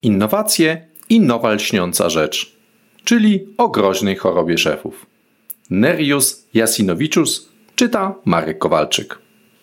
Innowacje i nowa lśniąca rzecz, czyli o groźnej chorobie szefów. Nerius Jasinovičius czyta Marek Kowalczyk.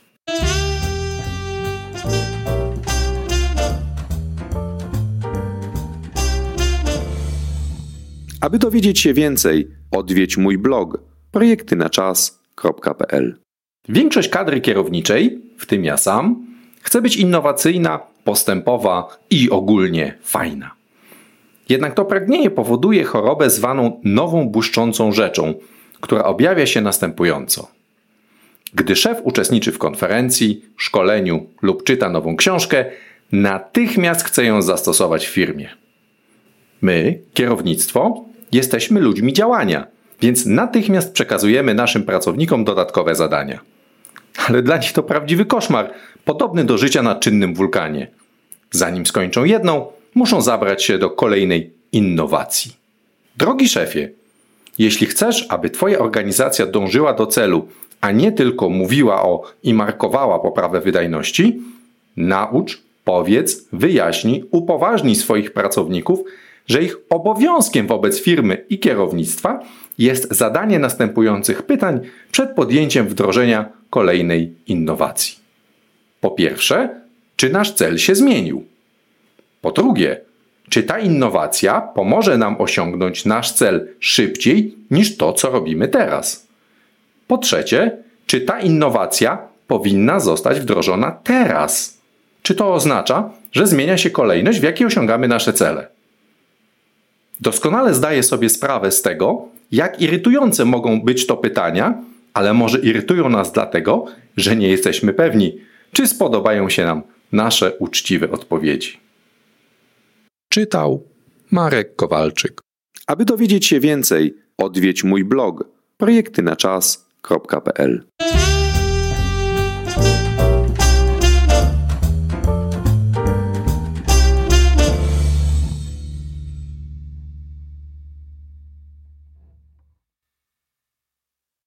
Aby dowiedzieć się więcej, odwiedź mój blog projektynaczas.pl. Większość kadry kierowniczej, w tym ja sam, chce być innowacyjna, postępowa i ogólnie fajna. Jednak to pragnienie powoduje chorobę zwaną nową błyszczącą rzeczą, która objawia się następująco. Gdy szef uczestniczy w konferencji, szkoleniu lub czyta nową książkę, natychmiast chce ją zastosować w firmie. My, kierownictwo, jesteśmy ludźmi działania, więc natychmiast przekazujemy naszym pracownikom dodatkowe zadania. Ale dla nich to prawdziwy koszmar, podobny do życia na czynnym wulkanie. Zanim skończą jedną, muszą zabrać się do kolejnej innowacji. Drogi szefie, jeśli chcesz, aby Twoja organizacja dążyła do celu, a nie tylko mówiła o i markowała poprawę wydajności, naucz, powiedz, wyjaśnij, upoważnij swoich pracowników, że ich obowiązkiem wobec firmy i kierownictwa jest zadanie następujących pytań przed podjęciem wdrożenia kolejnej innowacji. Po pierwsze, czy nasz cel się zmienił? Po drugie, czy ta innowacja pomoże nam osiągnąć nasz cel szybciej niż to, co robimy teraz? Po trzecie, czy ta innowacja powinna zostać wdrożona teraz? Czy to oznacza, że zmienia się kolejność, w jakiej osiągamy nasze cele? Doskonale zdaję sobie sprawę z tego, jak irytujące mogą być to pytania, ale może irytują nas dlatego, że nie jesteśmy pewni, czy spodobają się nam nasze uczciwe odpowiedzi. Czytał Marek Kowalczyk. Aby dowiedzieć się więcej, odwiedź mój blog projektynaczas.pl.